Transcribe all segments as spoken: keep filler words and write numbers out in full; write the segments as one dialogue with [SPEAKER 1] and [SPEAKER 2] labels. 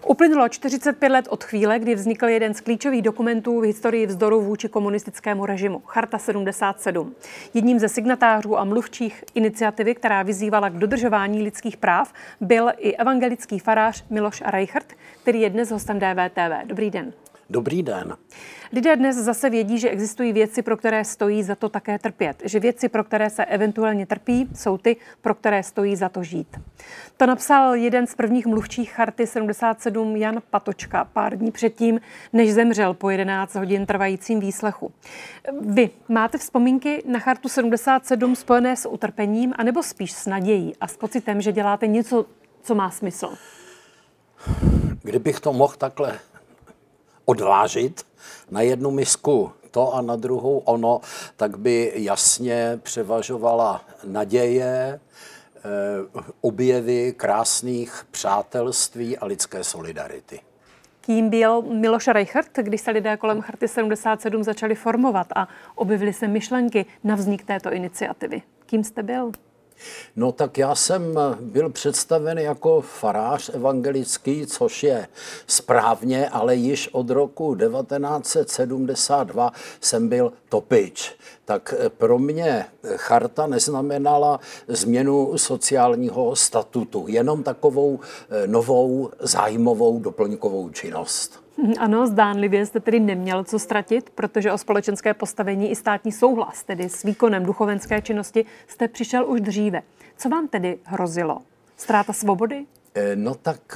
[SPEAKER 1] Uplynulo čtyřicet pět let od chvíle, kdy vznikl jeden z klíčových dokumentů v historii vzdoru vůči komunistickému režimu, Charta sedmdesát sedm. Jedním ze signatářů a mluvčích iniciativy, která vyzývala k dodržování lidských práv, byl i evangelický farář Miloš Reichert, který je dnes hostem D V T V. Dobrý den.
[SPEAKER 2] Dobrý den.
[SPEAKER 1] Lidé dnes zase vědí, že existují věci, pro které stojí za to také trpět. Že věci, pro které se eventuálně trpí, jsou ty, pro které stojí za to žít. To napsal jeden z prvních mluvčích Charty sedmdesát sedm Jan Patočka pár dní předtím, než zemřel po jedenáct hodin trvajícím výslechu. Vy máte vzpomínky na Chartu sedmdesát sedm spojené s utrpením, anebo spíš s nadějí a s pocitem, že děláte něco, co má smysl?
[SPEAKER 2] Kdybych to mohl takhle odvážit na jednu misku to a na druhou ono, tak by jasně převažovala naděje, objevy krásných přátelství a lidské solidarity.
[SPEAKER 1] Kým byl Miloš Reichert, když se lidé kolem Charty sedmdesát sedm začali formovat a objevily se myšlenky na vznik této iniciativy? Kým jste byl?
[SPEAKER 2] No tak já jsem byl představen jako farář evangelický, což je správně, ale již od roku devatenáct set sedmdesát dva jsem byl topič. Tak pro mě charta neznamenala změnu sociálního statutu, jenom takovou novou zájmovou doplňkovou činnost.
[SPEAKER 1] Ano, zdánlivě jste tedy neměl co ztratit, protože o společenské postavení i státní souhlas, tedy s výkonem duchovenské činnosti, jste přišel už dříve. Co vám tedy hrozilo? Ztráta svobody?
[SPEAKER 2] No tak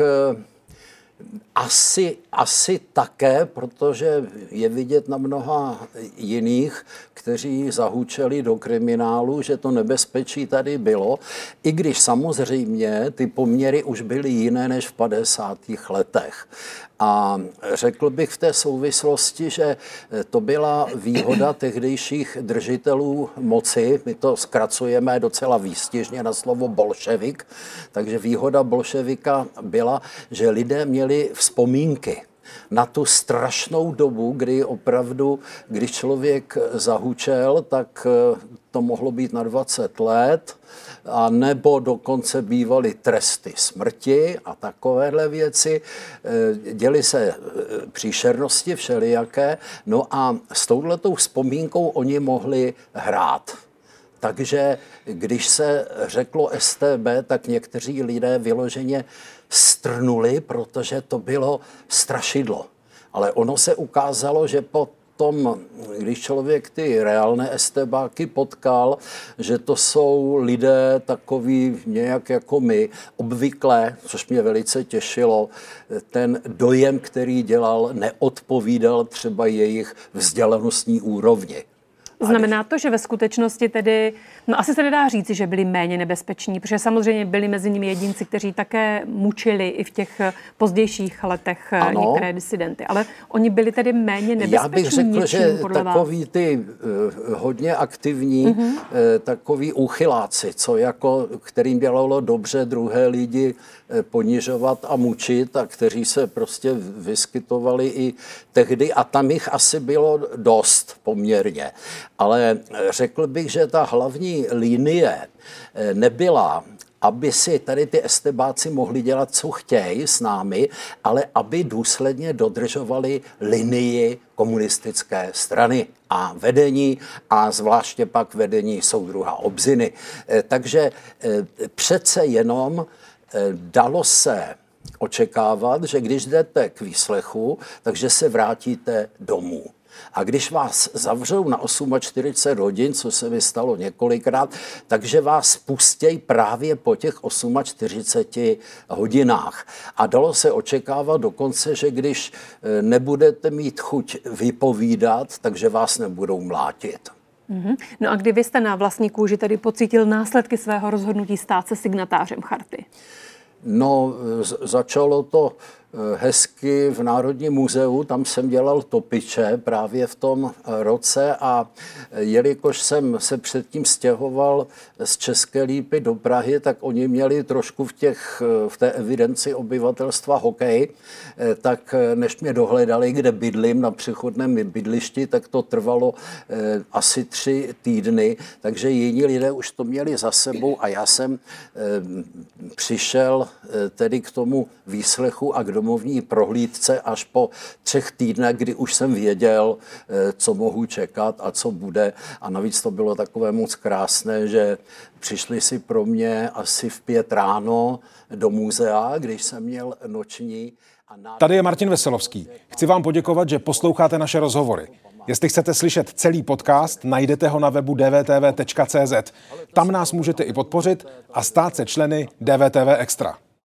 [SPEAKER 2] asi, asi také, protože je vidět na mnoha jiných, kteří zahučeli do kriminálu, že to nebezpečí tady bylo, i když samozřejmě ty poměry už byly jiné než v padesátých letech. A řekl bych v té souvislosti, že to byla výhoda tehdejších držitelů moci. My to zkracujeme docela výstižně na slovo bolševik. Takže výhoda bolševika byla, že lidé měli vzpomínky na tu strašnou dobu, kdy opravdu, když člověk zahučel, tak to mohlo být na dvacet let, a nebo dokonce bývaly tresty smrti a takovéhle věci. Děly se příšernosti všelijaké, no a s touhletou vzpomínkou oni mohli hrát. Takže když se řeklo S T B, tak někteří lidé vyloženě strnuli, protože to bylo strašidlo. Ale ono se ukázalo, že po tom, když člověk ty reálné estébáky potkal, že to jsou lidé takový nějak jako my, obvykle, což mě velice těšilo, ten dojem, který dělal, neodpovídal třeba jejich vzdělanostní úrovni.
[SPEAKER 1] Znamená to, že ve skutečnosti tedy, no asi se nedá říci, že byli méně nebezpeční, protože samozřejmě byli mezi nimi jedinci, kteří také mučili i v těch pozdějších letech ano. některé disidenty, ale oni byli tedy méně nebezpeční.
[SPEAKER 2] Já bych řekl, že takový ty uh, hodně aktivní, uh-huh. uh, takový úchyláci, co jako, kterým dělalo dobře druhé lidi uh, ponižovat a mučit a kteří se prostě vyskytovali i tehdy a tam jich asi bylo dost poměrně. Ale řekl bych, že ta hlavní linie nebyla, aby si tady ty estébáci mohli dělat, co chtějí s námi, ale aby důsledně dodržovali linii komunistické strany a vedení a zvláště pak vedení soudruha Obziny. Takže přece jenom dalo se očekávat, že když jdete k výslechu, takže se vrátíte domů. A když vás zavřou na čtyřicet osm hodin, co se mi stalo několikrát, takže vás pustějí právě po těch čtyřiceti osmi hodinách. A dalo se očekávat dokonce, že když nebudete mít chuť vypovídat, takže vás nebudou mlátit.
[SPEAKER 1] Mm-hmm. No a kdy vy jste na vlastní kůži tedy pocítil následky svého rozhodnutí stát se signatářem charty?
[SPEAKER 2] No, začalo to hezky v Národním muzeu, tam jsem dělal topiče právě v tom roce a jelikož jsem se předtím stěhoval z České Lípy do Prahy, tak oni měli trošku v, těch, v té evidenci obyvatelstva hokej, tak než mě dohledali, kde bydlím na přechodném bydlišti, tak to trvalo asi tři týdny, takže jiní lidé už to měli za sebou a já jsem přišel tedy k tomu výslechu a kdo domovní prohlídce až po třech týdnech, kdy už jsem věděl, co mohu čekat a co bude. A navíc to bylo takové moc krásné, že přišli si pro mě asi v pět ráno do muzea, když jsem měl noční.
[SPEAKER 3] Tady je Martin Veselovský. Chci vám poděkovat, že posloucháte naše rozhovory. Jestli chcete slyšet celý podcast, najdete ho na webu d v t v tečka c z. Tam nás můžete i podpořit a stát se členy D V T V Extra.